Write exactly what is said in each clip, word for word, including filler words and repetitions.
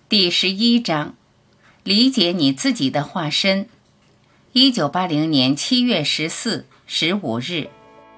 第十一章，理解你自己的化身。一九八零年七月十四、十五日。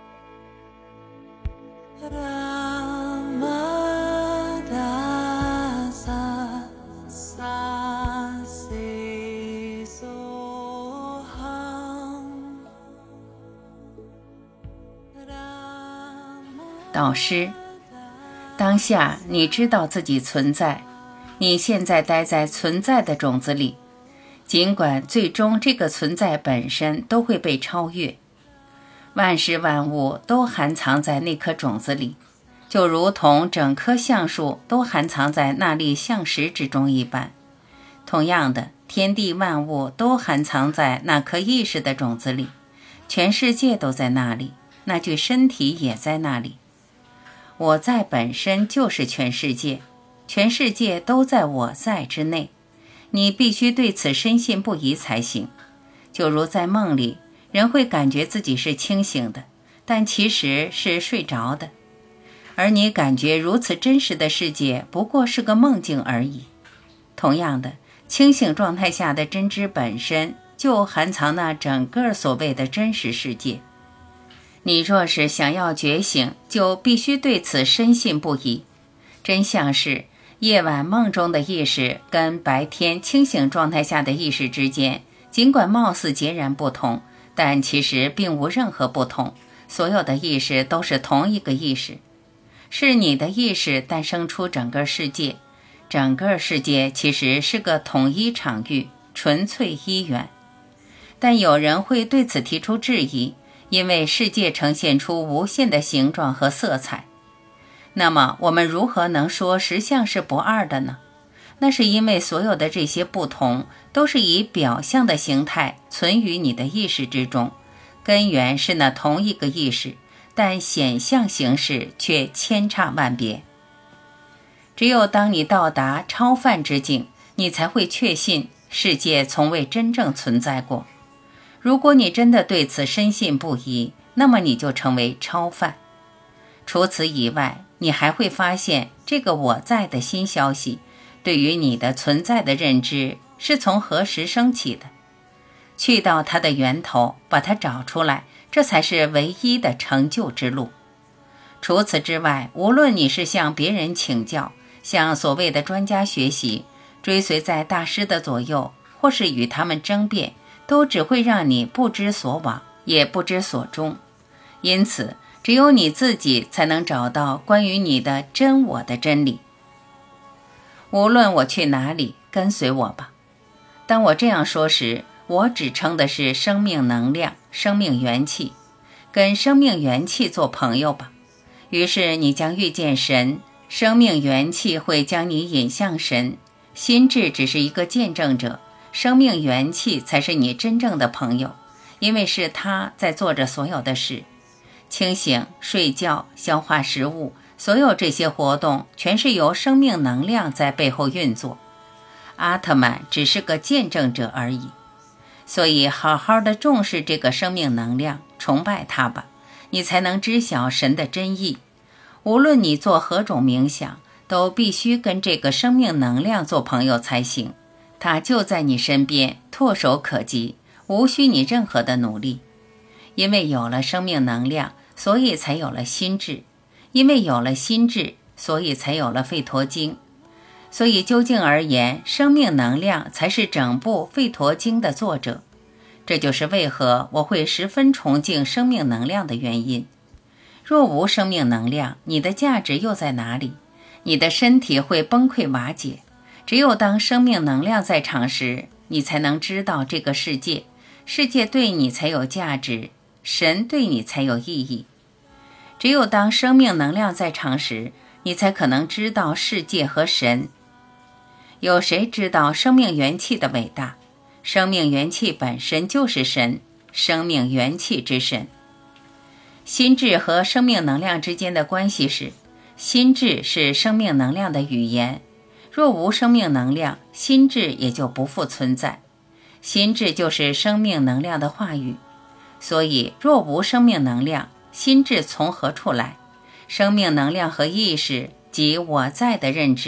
导师，当下你知道自己存在，你现在待在存在的种子里，尽管最终这个存在本身都会被超越，万事万物都含藏在那颗种子里，就如同整棵橡树都含藏在那粒橡石之中一般。同样的，天地万物都含藏在那颗意识的种子里，全世界都在那里，那具身体也在那里。我在本身就是全世界，全世界都在我在之内，你必须对此深信不疑才行。就如在梦里，人会感觉自己是清醒的，但其实是睡着的，而你感觉如此真实的世界不过是个梦境而已。同样的，清醒状态下的真知本身就含藏那整个所谓的真实世界。你若是想要觉醒，就必须对此深信不疑。真相是，夜晚梦中的意识跟白天清醒状态下的意识之间，尽管貌似截然不同，但其实并无任何不同。所有的意识都是同一个意识，是你的意识诞生出整个世界，整个世界其实是个统一场域，纯粹一元。但有人会对此提出质疑，因为世界呈现出无限的形状和色彩。那么我们如何能说实相是不二的呢？那是因为所有的这些不同都是以表象的形态存于你的意识之中，根源是那同一个意识，但显象形式却千差万别。只有当你到达超范之境，你才会确信世界从未真正存在过。如果你真的对此深信不疑，那么你就成为超范。除此以外，你还会发现这个我在的新消息对于你的存在的认知是从何时升起的。去到它的源头，把它找出来，这才是唯一的成就之路。除此之外，无论你是向别人请教，向所谓的专家学习，追随在大师的左右，或是与他们争辩，都只会让你不知所往，也不知所终。因此，只有你自己才能找到关于你的真我的真理。无论我去哪里，跟随我吧。当我这样说时，我只称的是生命能量、生命元气，跟生命元气做朋友吧。于是你将遇见神，生命元气会将你引向神，心智只是一个见证者，生命元气才是你真正的朋友，因为是他在做着所有的事。清醒、睡觉、消化食物，所有这些活动全是由生命能量在背后运作。阿特曼只是个见证者而已。所以好好的重视这个生命能量，崇拜它吧，你才能知晓神的真意。无论你做何种冥想，都必须跟这个生命能量做朋友才行。它就在你身边，唾手可及，无需你任何的努力。因为有了生命能量，所以才有了心智；因为有了心智，所以才有了吠陀经。所以究竟而言，生命能量才是整部吠陀经的作者。这就是为何我会十分崇敬生命能量的原因。若无生命能量，你的价值又在哪里？你的身体会崩溃瓦解。只有当生命能量在场时，你才能知道这个世界，世界对你才有价值，神对你才有意义。只有当生命能量在场时，你才可能知道世界和神。有谁知道生命元气的伟大？生命元气本身就是神，生命元气之神。心智和生命能量之间的关系是，心智是生命能量的语言，若无生命能量，心智也就不复存在。心智就是生命能量的话语。所以若无生命能量，心智从何处来？生命能量和意识及我在的认知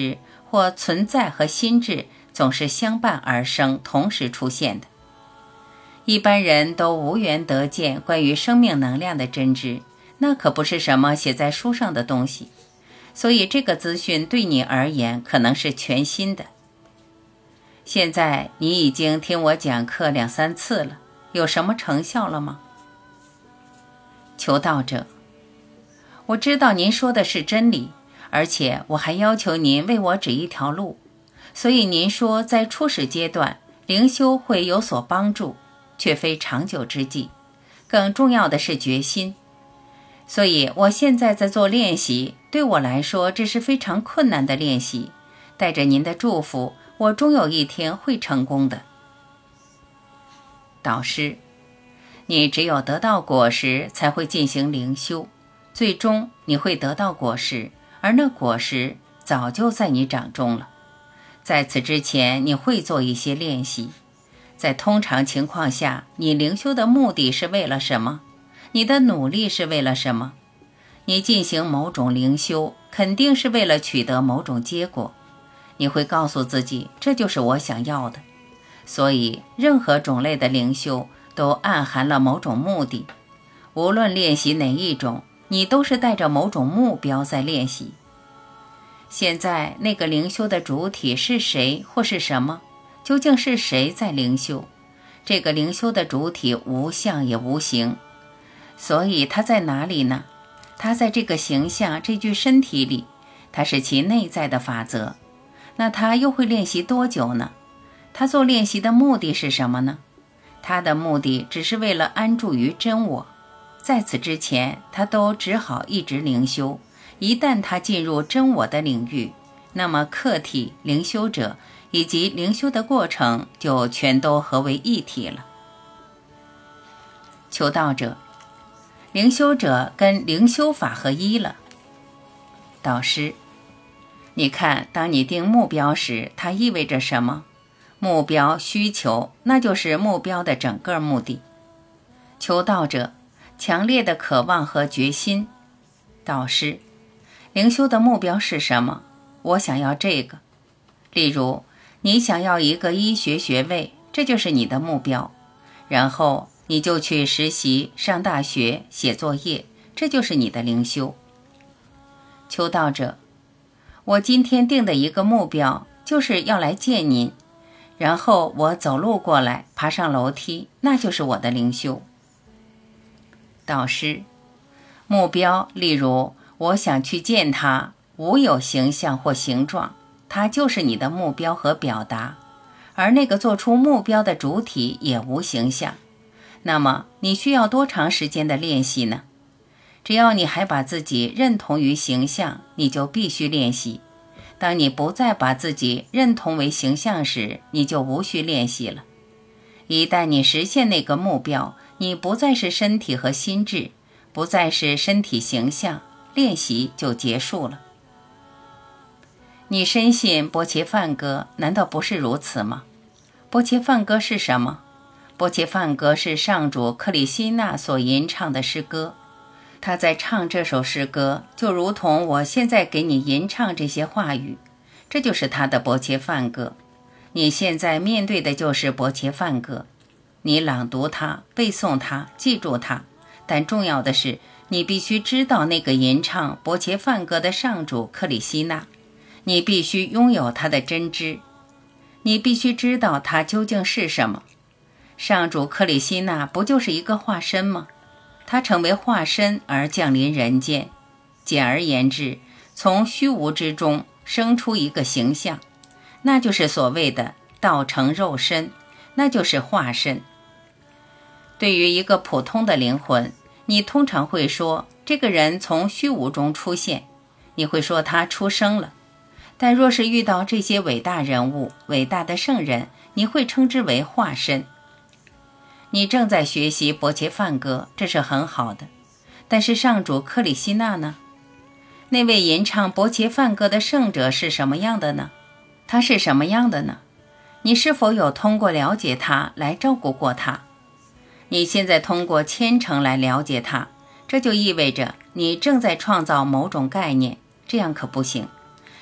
或存在和心智总是相伴而生，同时出现的。一般人都无缘得见关于生命能量的真知，那可不是什么写在书上的东西，所以这个资讯对你而言可能是全新的。现在你已经听我讲课两三次了，有什么成效了吗？求道者：我知道您说的是真理，而且我还要求您为我指一条路，所以您说在初始阶段灵修会有所帮助，却非长久之计，更重要的是决心。所以我现在在做练习，对我来说这是非常困难的练习，带着您的祝福，我终有一天会成功的。导师：你只有得到果实才会进行灵修，最终你会得到果实，而那果实早就在你掌中了。在此之前你会做一些练习，在通常情况下，你灵修的目的是为了什么？你的努力是为了什么？你进行某种灵修，肯定是为了取得某种结果。你会告诉自己，这就是我想要的。所以，任何种类的灵修都暗含了某种目的。无论练习哪一种，你都是带着某种目标在练习。现在，那个灵修的主体是谁或是什么？究竟是谁在灵修？这个灵修的主体无相也无形，所以它在哪里呢？它在这个形象这具身体里，它是其内在的法则。那它又会练习多久呢？它做练习的目的是什么呢？它的目的只是为了安住于真我。在此之前，它都只好一直灵修。一旦它进入真我的领域，那么客体、灵修者以及灵修的过程就全都合为一体了。求道者：灵修者跟灵修法合一了。导师：你看，当你定目标时，它意味着什么？目标、需求，那就是目标的整个目的。求道者：强烈的渴望和决心。导师：灵修的目标是什么？我想要这个。例如，你想要一个医学学位，这就是你的目标。然后你就去实习、上大学、写作业，这就是你的灵修。求道者：我今天定的一个目标，就是要来见您，然后我走路过来，爬上楼梯，那就是我的灵修。导师：目标，例如我想去见他，无有形象或形状，它就是你的目标和表达，而那个做出目标的主体也无形象。那么你需要多长时间的练习呢？只要你还把自己认同于形象，你就必须练习。当你不再把自己认同为形象时，你就无需练习了。一旦你实现那个目标，你不再是身体和心智，不再是身体形象，练习就结束了。你深信波切梵歌，难道不是如此吗？波切梵歌是什么？波切梵歌是上主克里希那所吟唱的诗歌。他在唱这首诗歌，就如同我现在给你吟唱这些话语，这就是他的波切梵歌。你现在面对的就是波切梵歌，你朗读它，背诵它，记住它，但重要的是，你必须知道那个吟唱波切梵歌的上主克里希那，你必须拥有他的真知，你必须知道他究竟是什么。上主克里希那不就是一个化身吗？他成为化身而降临人间，简而言之，从虚无之中生出一个形象，那就是所谓的道成肉身，那就是化身。对于一个普通的灵魂，你通常会说这个人从虚无中出现，你会说他出生了。但若是遇到这些伟大人物、伟大的圣人，你会称之为化身。你正在学习波切梵歌，这是很好的。但是上主克里希那呢？那位吟唱波切梵歌的圣者是什么样的呢？他是什么样的呢？你是否有通过了解他来照顾过他？你现在通过虔诚来了解他，这就意味着你正在创造某种概念，这样可不行。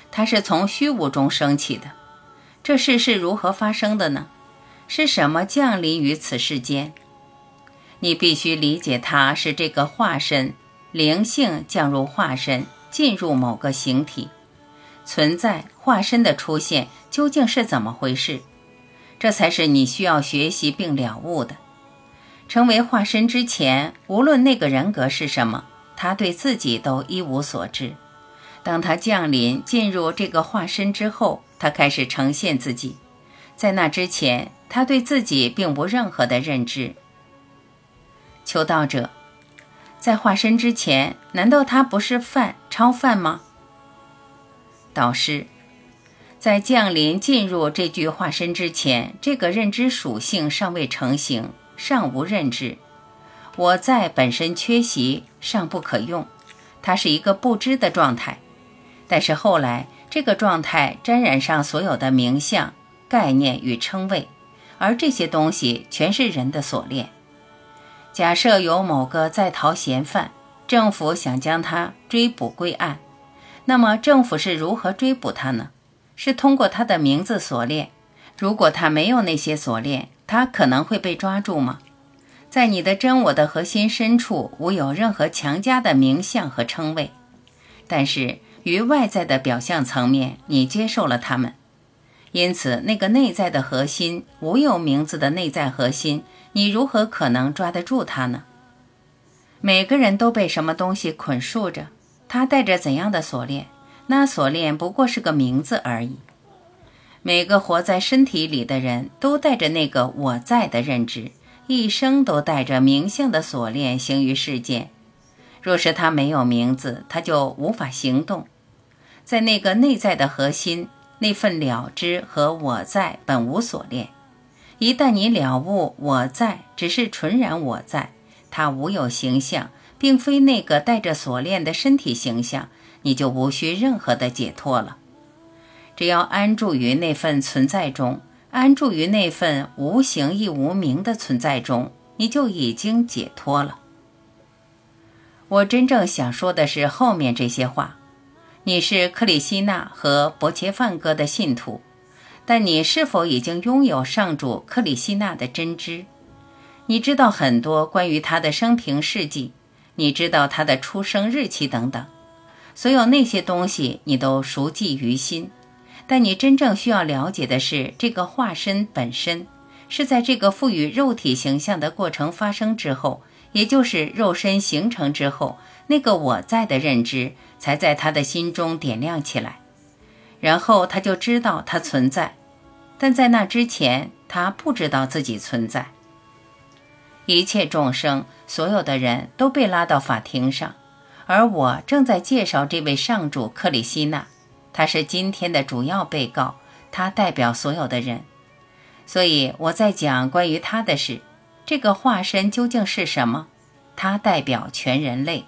它是从虚无中升起的。这事是如何发生的呢？是什么降临于此世间？你必须理解它是这个化身，灵性降入化身，进入某个形体。存在化身的出现究竟是怎么回事？这才是你需要学习并了悟的。成为化身之前，无论那个人格是什么，他对自己都一无所知。当他降临进入这个化身之后，他开始呈现自己。在那之前，他对自己并无任何的认知。求道者，在化身之前，难道他不是梵、超梵吗？导师，在降临进入这具化身之前，这个认知属性尚未成型，尚无认知。我在本身缺席，尚不可用，它是一个不知的状态。但是后来，这个状态沾染上所有的名相、概念与称谓，而这些东西全是人的锁链。假设有某个在逃嫌犯，政府想将他追捕归案，那么政府是如何追捕他呢？是通过他的名字锁链。如果他没有那些锁链，他可能会被抓住吗？在你的真我的核心深处，无有任何强加的名相和称谓，但是于外在的表象层面，你接受了他们。因此，那个内在的核心，无有名字的内在核心，你如何可能抓得住它呢？每个人都被什么东西捆束着，他带着怎样的锁链？那锁链不过是个名字而已。每个活在身体里的人都带着那个我在的认知，一生都带着名相的锁链行于世间。若是他没有名字，他就无法行动。在那个内在的核心，那份了知和我在本无锁链。一旦你了悟我在只是纯然我在，它无有形象，并非那个带着锁链的身体形象，你就无需任何的解脱了。只要安住于那份存在中，安住于那份无形亦无名的存在中，你就已经解脱了。我真正想说的是后面这些话。你是克里希那和博切梵歌的信徒，但你是否已经拥有上主克里希那的真知？你知道很多关于他的生平事迹，你知道他的出生日期等等，所有那些东西你都熟记于心。但你真正需要了解的是，这个化身本身是在这个赋予肉体形象的过程发生之后，也就是肉身形成之后，那个我在的认知才在他的心中点亮起来，然后他就知道他存在，但在那之前他不知道自己存在。一切众生，所有的人都被拉到法庭上，而我正在介绍这位上主克里希那，他是今天的主要被告，他代表所有的人。所以我在讲关于他的事，这个化身究竟是什么？他代表全人类。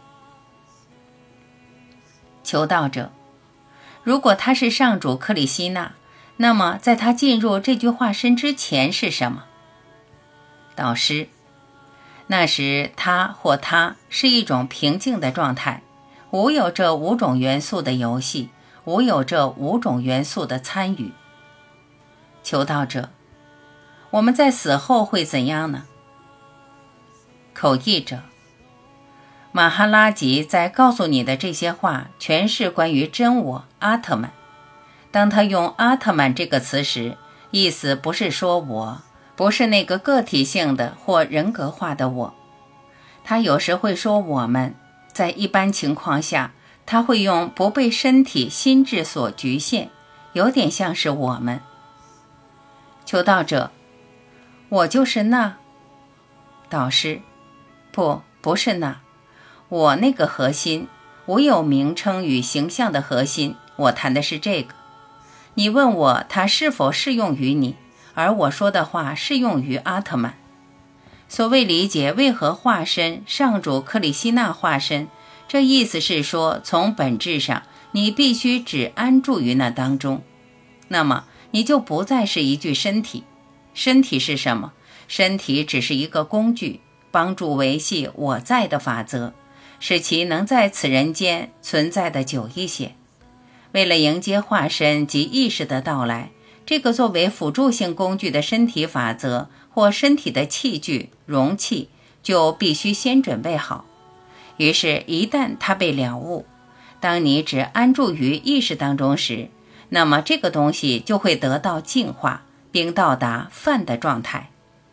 求道者，如果他是上主克里希那，那么在他进入这具化身之前是什么？导师，那时他或他是一种平静的状态，无有这五种元素的游戏，无有这五种元素的参与。求道者，我们在死后会怎样呢？口译者，马哈拉吉在告诉你的这些话全是关于真我阿特曼。当他用阿特曼这个词时，意思不是说我，不是那个个体性的或人格化的我。他有时会说我们，在一般情况下，他会用不被身体心智所局限，有点像是我们。求道者，我就是那。导师，不，不是那。我那个核心，无有名称与形象的核心，我谈的是这个。你问我它是否适用于你，而我说的话适用于阿特曼。所谓理解为何化身上主克里希那化身，这意思是说，从本质上你必须只安住于那当中，那么你就不再是一具身体。身体是什么？身体只是一个工具，帮助维系我在的法则，使其能在此人间存在的久一些。 为了迎接化身及意识的到来，这个作为辅助性工具的身体法则或身体的器具容器就必须先准备好。于是一旦它被了悟，当你只安住于意识当中时，那么这个东西就会得到净化，并到达梵的状态。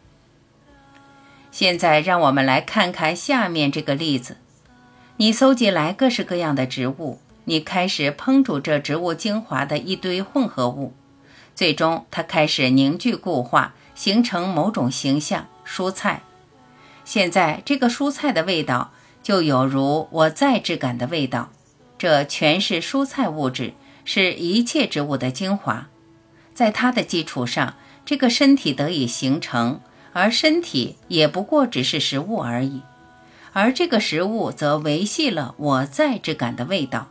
现在让我们来看看下面这个例子。你搜集来各式各样的植物，你开始烹煮这植物精华的一堆混合物，最终它开始凝聚固化，形成某种形象，蔬菜。现在这个蔬菜的味道就有如我在之感的味道，这全是蔬菜物质，是一切植物的精华。在它的基础上，这个身体得以形成，而身体也不过只是食物而已，而这个食物则维系了我在之感的味道。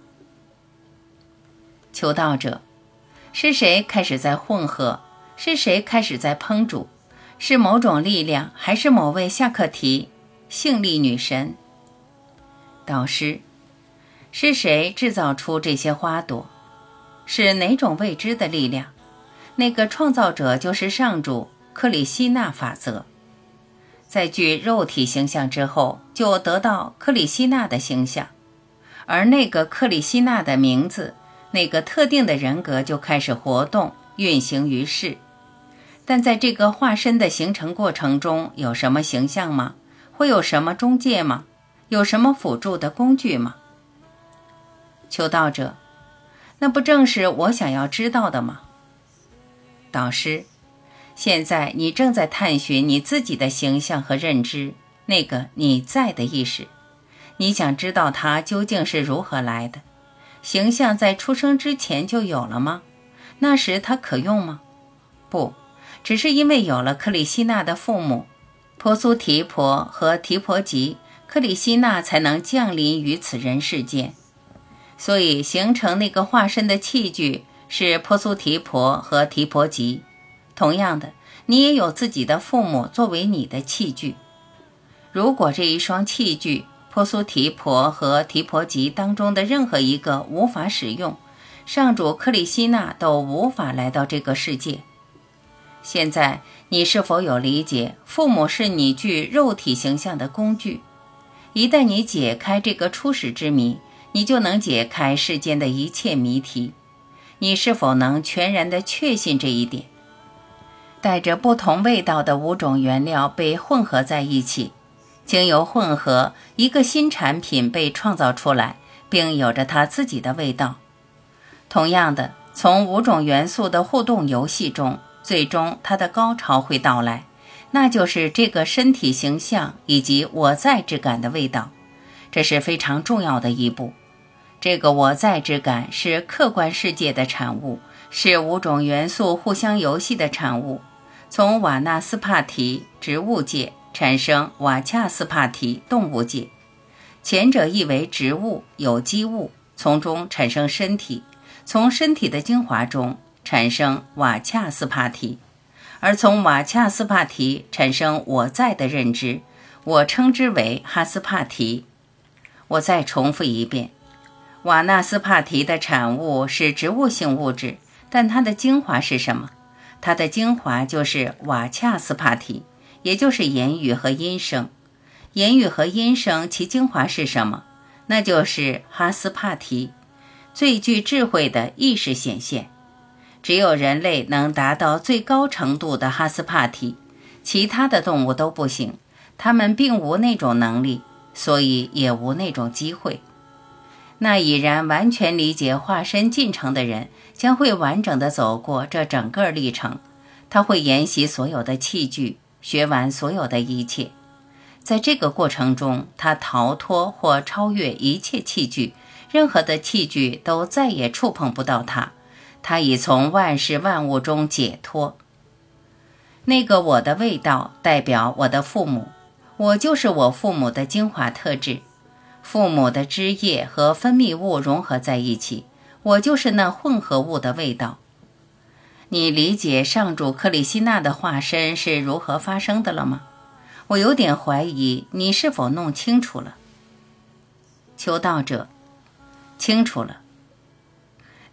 求道者，是谁开始在混合？是谁开始在烹煮？是某种力量，还是某位夏克提性力女神？导师，是谁制造出这些花朵？是哪种未知的力量？那个创造者就是上主克里希那法则。在具肉体形象之后，就得到克里希那的形象，而那个克里希那的名字，那个特定的人格就开始活动运行于世。但在这个化身的形成过程中，有什么形象吗？会有什么中介吗？有什么辅助的工具吗？求道者，那不正是我想要知道的吗？导师，现在你正在探寻你自己的形象和认知，那个你在的意识。你想知道它究竟是如何来的？形象在出生之前就有了吗？那时它可用吗？不，只是因为有了克里希那的父母婆苏提婆和提婆吉，克里希那才能降临于此人世间。所以形成那个化身的器具是婆苏提婆和提婆吉。同样的，你也有自己的父母作为你的器具。如果这一双器具婆苏提婆和提婆吉当中的任何一个无法使用，上主克里希那都无法来到这个世界。现在你是否有理解，父母是你具肉体形象的工具？一旦你解开这个初始之谜，你就能解开世间的一切谜题。你是否能全然地确信这一点？带着不同味道的五种原料被混合在一起，经由混合，一个新产品被创造出来，并有着它自己的味道。同样的，从五种元素的互动游戏中，最终它的高潮会到来，那就是这个身体形象以及我在之感的味道。这是非常重要的一步。这个我在之感是客观世界的产物，是五种元素互相游戏的产物。从瓦纳斯帕提植物界产生瓦恰斯帕提动物界，前者译为植物有机物，从中产生身体，从身体的精华中产生瓦恰斯帕提，而从瓦恰斯帕提产生我在的认知，我称之为哈斯帕提。我再重复一遍，瓦纳斯帕提的产物是植物性物质，但它的精华是什么？它的精华就是瓦恰斯帕提，也就是言语和音声。言语和音声其精华是什么？那就是哈斯帕提，最具智慧的意识显现。只有人类能达到最高程度的哈斯帕提，其他的动物都不行，它们并无那种能力，所以也无那种机会。那已然完全理解化身进程的人，将会完整地走过这整个历程。他会研习所有的器具，学完所有的一切。在这个过程中，他逃脱或超越一切器具，任何的器具都再也触碰不到他。他已从万事万物中解脱。那个我的味道代表我的父母，我就是我父母的精华特质。父母的汁液和分泌物融合在一起，我就是那混合物的味道。你理解上主克里希那的化身是如何发生的了吗？我有点怀疑你是否弄清楚了。求道者，清楚了。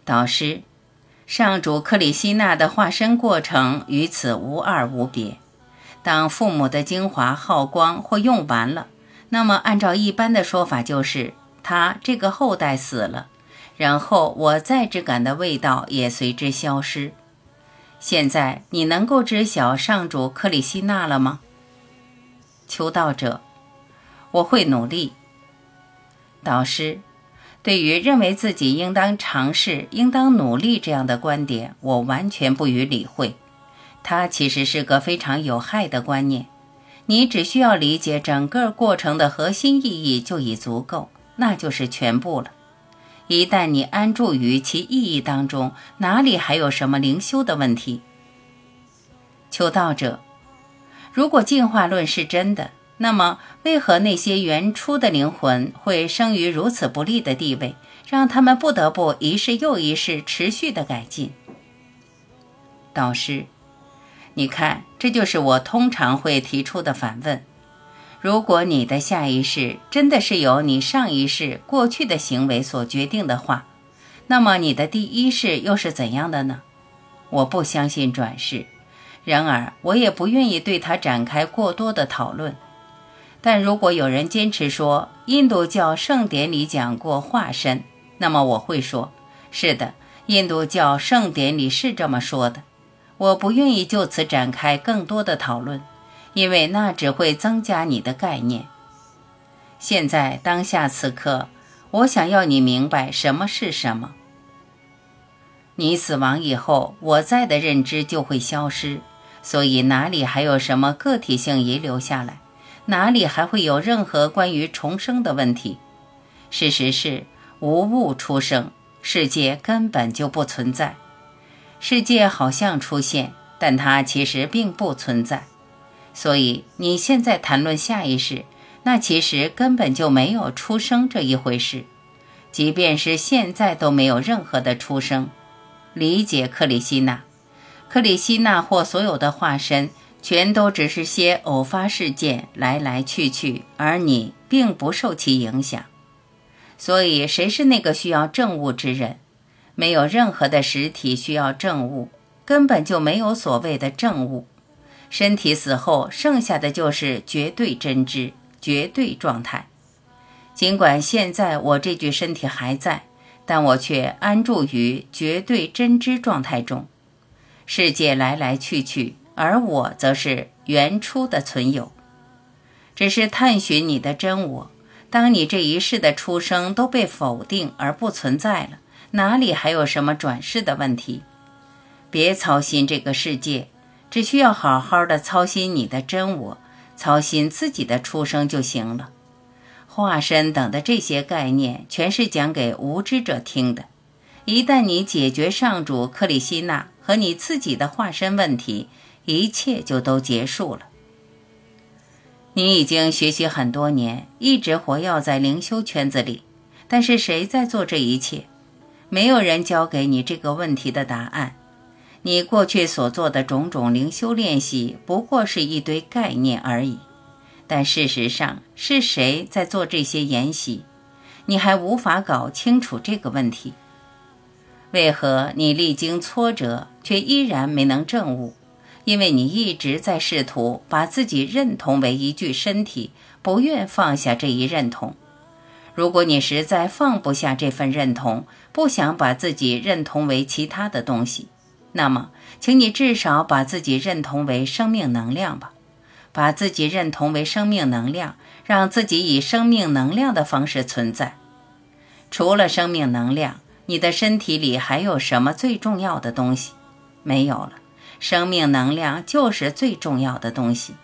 导师，上主克里希那的化身过程与此无二无别。当父母的精华耗光或用完了，那么按照一般的说法就是他这个后代死了，然后我在之感的味道也随之消失。现在你能够知晓上主克里希那了吗？求道者，我会努力。导师，对于认为自己应当尝试、应当努力这样的观点，我完全不予理会。它其实是个非常有害的观念。你只需要理解整个过程的核心意义就已足够，那就是全部了。一旦你安住于其意义当中，哪里还有什么灵修的问题？求道者，如果进化论是真的，那么为何那些原初的灵魂会生于如此不利的地位，让他们不得不一世又一世持续的改进？导师，你看，这就是我通常会提出的反问。如果你的下一世真的是由你上一世过去的行为所决定的话，那么你的第一世又是怎样的呢？我不相信转世，然而我也不愿意对它展开过多的讨论。但如果有人坚持说印度教圣典里讲过化身，那么我会说，是的，印度教圣典里是这么说的。我不愿意就此展开更多的讨论，因为那只会增加你的概念。现在当下此刻，我想要你明白什么是什么。你死亡以后，我在的认知就会消失，所以哪里还有什么个体性遗留下来？哪里还会有任何关于重生的问题？事实是，无物出生，世界根本就不存在。世界好像出现，但它其实并不存在。所以你现在谈论下一世，那其实根本就没有出生这一回事。即便是现在都没有任何的出生。理解克里希那，克里希那或所有的化身全都只是些偶发事件，来来去去，而你并不受其影响。所以谁是那个需要证物之人？没有任何的实体需要证物，根本就没有所谓的证物。身体死后剩下的就是绝对真知，绝对状态。尽管现在我这具身体还在，但我却安住于绝对真知状态中。世界来来去去，而我则是原初的存有。只是探寻你的真我，当你这一世的出生都被否定而不存在了，哪里还有什么转世的问题？别操心这个世界，只需要好好的操心你的真我，操心自己的出生就行了。化身等的这些概念全是讲给无知者听的。一旦你解决上主克里希那和你自己的化身问题，一切就都结束了。你已经学习很多年，一直活跃在灵修圈子里，但是谁在做这一切？没有人教给你这个问题的答案。你过去所做的种种灵修练习不过是一堆概念而已，但事实上是谁在做这些研习？你还无法搞清楚这个问题。为何你历经挫折却依然没能证悟？因为你一直在试图把自己认同为一具身体，不愿放下这一认同。如果你实在放不下这份认同，不想把自己认同为其他的东西，那么请你至少把自己认同为生命能量吧。把自己认同为生命能量，让自己以生命能量的方式存在。除了生命能量，你的身体里还有什么最重要的东西？没有了，生命能量就是最重要的东西。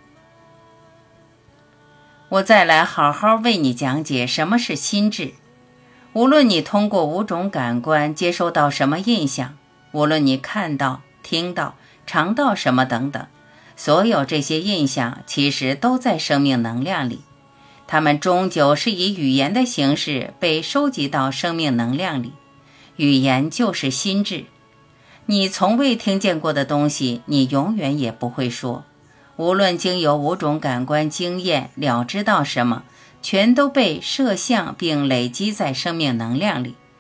我再来好好为你讲解什么是心智。无论你通过五种感官接收到什么印象，无论你看到、听到、尝到什么等等，所有这些印象其实都在生命能量里，它们终究是以语言的形式被收集到生命能量里。语言就是心智。你从未听见过的东西，你永远也不会说。无论经由五种感官经验了知到什么，全都被摄像并累积在生命能量里，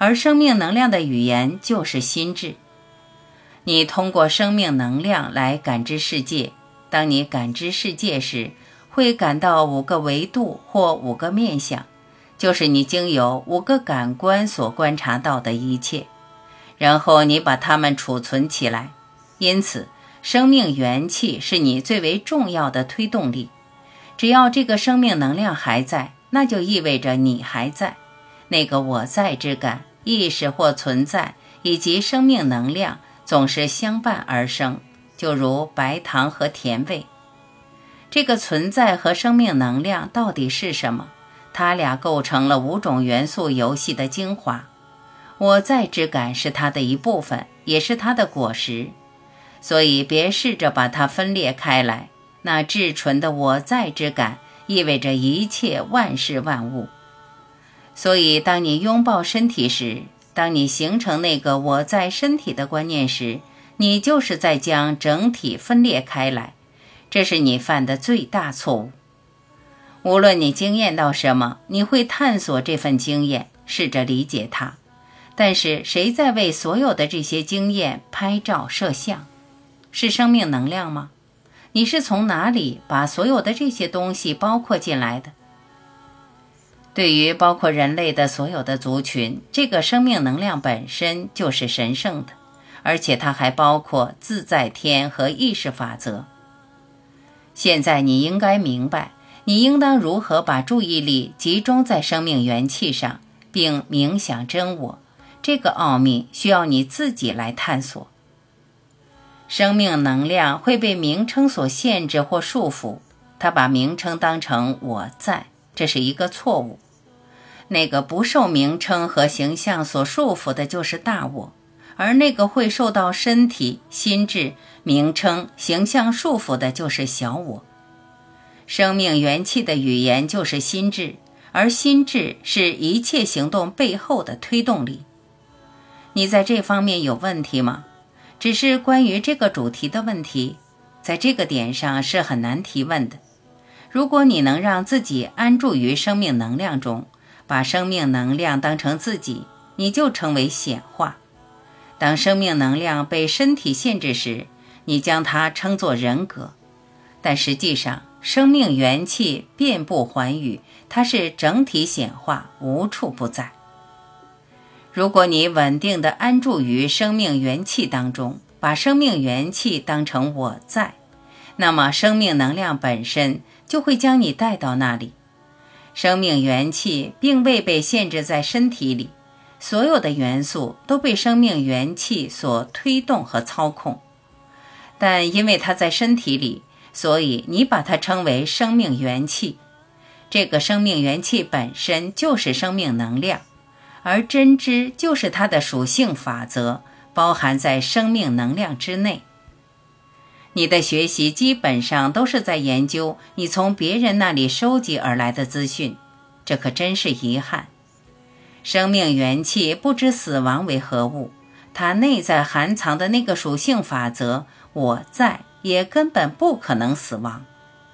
而生命能量的语言就是心智。你通过生命能量来感知世界，当你感知世界时，会感到五个维度或五个面向，就是你经由五个感官所观察到的一切，然后你把它们储存起来。因此，生命元气是你最为重要的推动力。只要这个生命能量还在，那就意味着你还在。那个我在之感、意识或存在以及生命能量总是相伴而生，就如白糖和甜味。这个存在和生命能量到底是什么？它俩构成了五种元素游戏的精华。我在之感是它的一部分，也是它的果实。所以别试着把它分裂开来，那至纯的我在之感意味着一切万事万物。所以当你拥抱身体时，当你形成那个我在身体的观念时，你就是在将整体分裂开来，这是你犯的最大错误。无论你经验到什么，你会探索这份经验，试着理解它。但是谁在为所有的这些经验拍照摄像？是生命能量吗？你是从哪里把所有的这些东西包括进来的？对于包括人类的所有的族群，这个生命能量本身就是神圣的，而且它还包括自在天和意识法则。现在你应该明白，你应当如何把注意力集中在生命元气上，并冥想真我。这个奥秘需要你自己来探索。生命能量会被名称所限制或束缚，它把名称当成我在，这是一个错误。那个不受名称和形象所束缚的就是大我，而那个会受到身体、心智、名称、形象束缚的就是小我。生命元气的语言就是心智，而心智是一切行动背后的推动力。你在这方面有问题吗？只是关于这个主题的问题，在这个点上是很难提问的。如果你能让自己安住于生命能量中，把生命能量当成自己，你就成为显化。当生命能量被身体限制时，你将它称作人格。但实际上，生命元气遍布寰宇，它是整体显化，无处不在。如果你稳定地安住于生命元气当中，把生命元气当成我在，那么生命能量本身就会将你带到那里。生命元气并未被限制在身体里，所有的元素都被生命元气所推动和操控。但因为它在身体里，所以你把它称为生命元气。这个生命元气本身就是生命能量，而真知就是它的属性法则，包含在生命能量之内。你的学习基本上都是在研究你从别人那里收集而来的资讯，这可真是遗憾。生命元气不知死亡为何物，它内在含藏的那个属性法则我在也根本不可能死亡。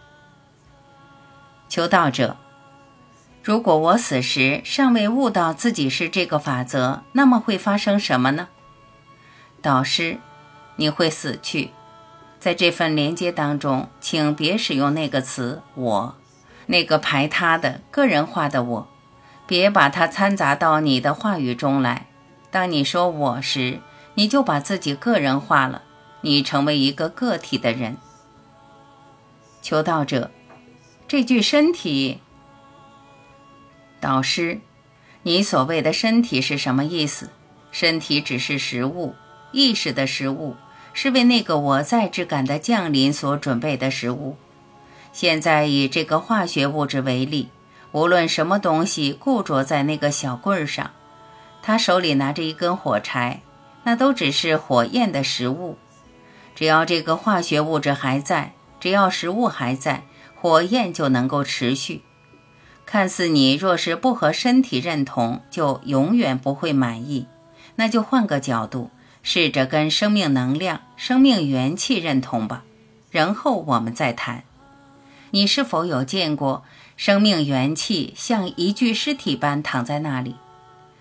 求道者，如果我死时尚未悟到自己是这个法则，那么会发生什么呢？导师，你会死去。在这份连接当中，请别使用那个词我，那个排他的个人化的我，别把它掺杂到你的话语中来。当你说我时，你就把自己个人化了，你成为一个个体的人。求道者，这具身体，导师，你所谓的身体是什么意思？身体只是食物，意识的食物，是为那个我在之感的降临所准备的食物。现在以这个化学物质为例，无论什么东西固着在那个小棍上，他手里拿着一根火柴，那都只是火焰的食物。只要这个化学物质还在，只要食物还在，火焰就能够持续。看似你若是不和身体认同，就永远不会满意，那就换个角度，试着跟生命能量、生命元气认同吧，然后我们再谈。你是否有见过生命元气像一具尸体般躺在那里？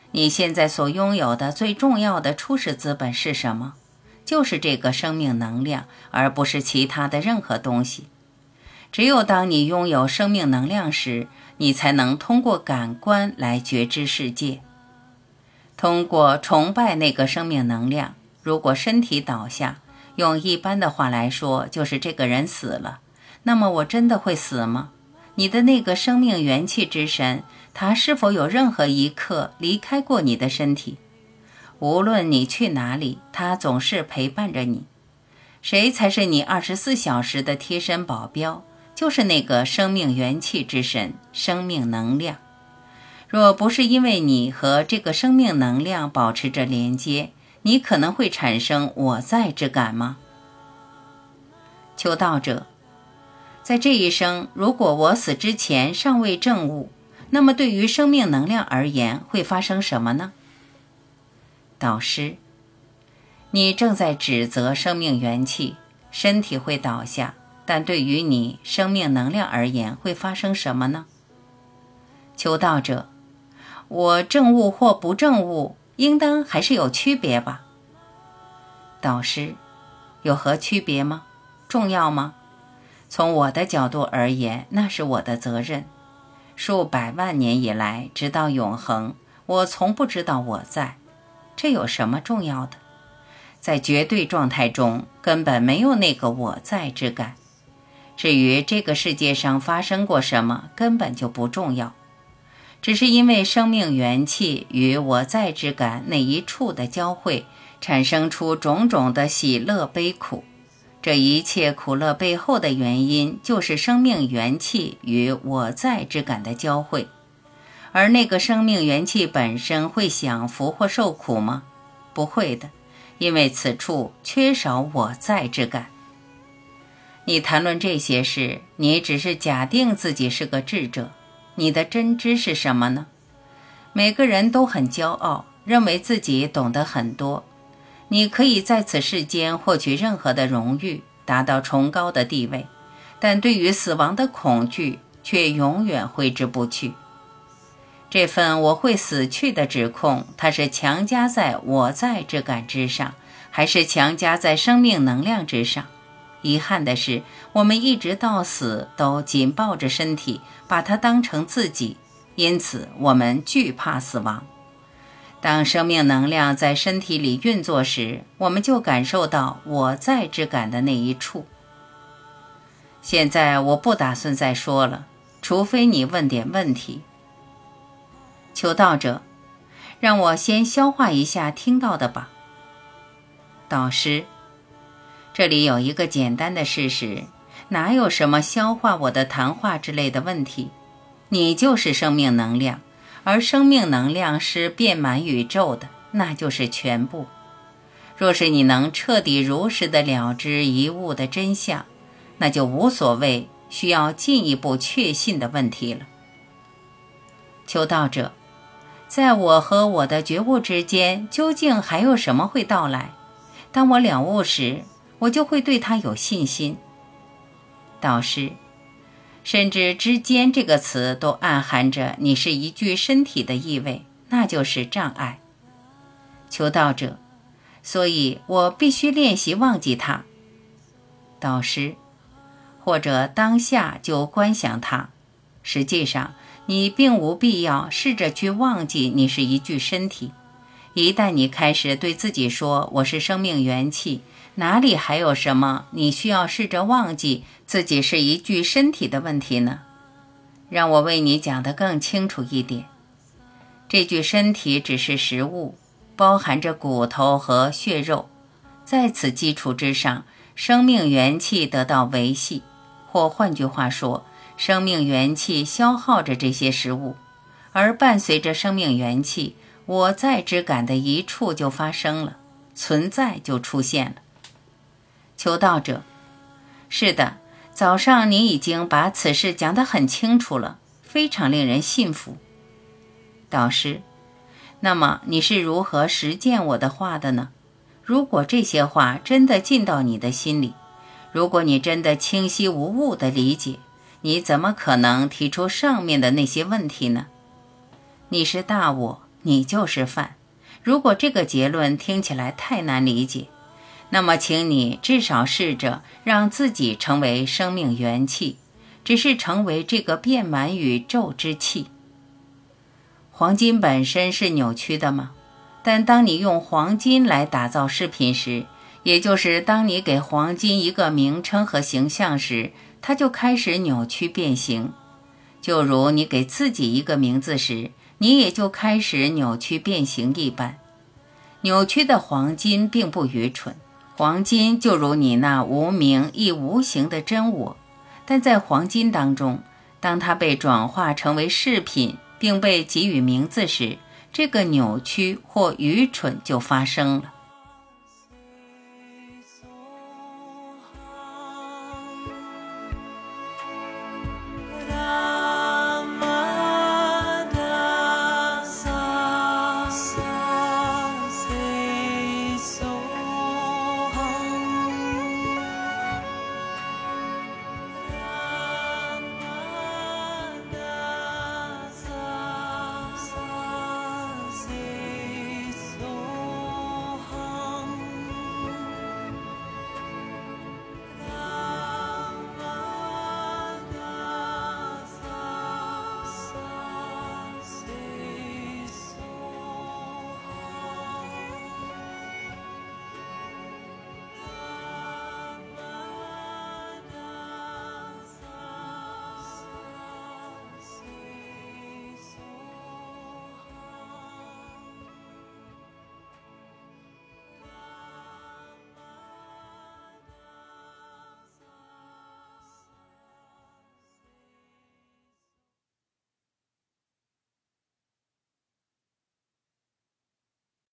你现在所拥有的最重要的初始资本是什么？就是这个生命能量，而不是其他的任何东西。只有当你拥有生命能量时，你才能通过感官来觉知世界。通过崇拜那个生命能量，如果身体倒下，用一般的话来说，就是这个人死了，那么我真的会死吗？你的那个生命元气之神，他是否有任何一刻离开过你的身体？无论你去哪里，他总是陪伴着你。谁才是你二十四小时的贴身保镖？就是那个生命元气之神，生命能量。若不是因为你和这个生命能量保持着连接，你可能会产生我在之感吗？求道者，在这一生，如果我死之前尚未证悟，那么对于生命能量而言会发生什么呢？导师，你正在指责生命元气，身体会倒下，但对于你生命能量而言会发生什么呢？求道者，我证悟或不证悟，应当还是有区别吧？导师，有何区别吗？重要吗？从我的角度而言，那是我的责任。数百万年以来，直到永恒，我从不知道我在，这有什么重要的？在绝对状态中，根本没有那个我在之感。至于这个世界上发生过什么，根本就不重要。只是因为生命元气与我在之感那一处的交汇，产生出种种的喜乐悲苦。这一切苦乐背后的原因，就是生命元气与我在之感的交汇。而那个生命元气本身会享福或受苦吗？不会的，因为此处缺少我在之感。你谈论这些事，你只是假定自己是个智者。你的真知是什么呢？每个人都很骄傲，认为自己懂得很多。你可以在此世间获取任何的荣誉，达到崇高的地位，但对于死亡的恐惧却永远挥之不去。这份我会死去的指控，它是强加在我在之感之上，还是强加在生命能量之上？遗憾的是，我们一直到死都紧抱着身体，把它当成自己，因此我们惧怕死亡。当生命能量在身体里运作时，我们就感受到我在之感的那一处。现在我不打算再说了，除非你问点问题。求道者，让我先消化一下听到的吧。导师，这里有一个简单的事实，哪有什么消化我的谈话之类的问题？你就是生命能量，而生命能量是遍满宇宙的，那就是全部。若是你能彻底如实的了知一物的真相，那就无所谓需要进一步确信的问题了。求道者，在我和我的觉悟之间，究竟还有什么会到来？当我了悟时，我就会对它有信心。导师，甚至之间这个词都暗含着你是一具身体的意味，那就是障碍。求道者，所以我必须练习忘记它。导师，或者当下就观想它。实际上，你并无必要试着去忘记你是一具身体。一旦你开始对自己说我是生命元气，哪里还有什么你需要试着忘记自己是一具身体的问题呢？让我为你讲得更清楚一点。这具身体只是实物，包含着骨头和血肉，在此基础之上，生命元气得到维系，或换句话说，生命元气消耗着这些食物，而伴随着生命元气，我在之感的一处就发生了，存在就出现了。求道者，是的，早上你已经把此事讲得很清楚了，非常令人信服。导师，那么你是如何实践我的话的呢？如果这些话真的进到你的心里，如果你真的清晰无误地理解，你怎么可能提出上面的那些问题呢？你是大我， 你就是饭。如果这个结论听起来太难理解，那么请你至少试着让自己成为生命元气，只是成为这个遍满宇宙之气。黄金本身是扭曲的吗？但当你用黄金来打造饰品时，也就是当你给黄金一个名称和形象时，它就开始扭曲变形。就如你给自己一个名字时，你也就开始扭曲变形一般。扭曲的黄金并不愚蠢，黄金就如你那无名亦无形的真我，但在黄金当中，当它被转化成为饰品并被给予名字时，这个扭曲或愚蠢就发生了。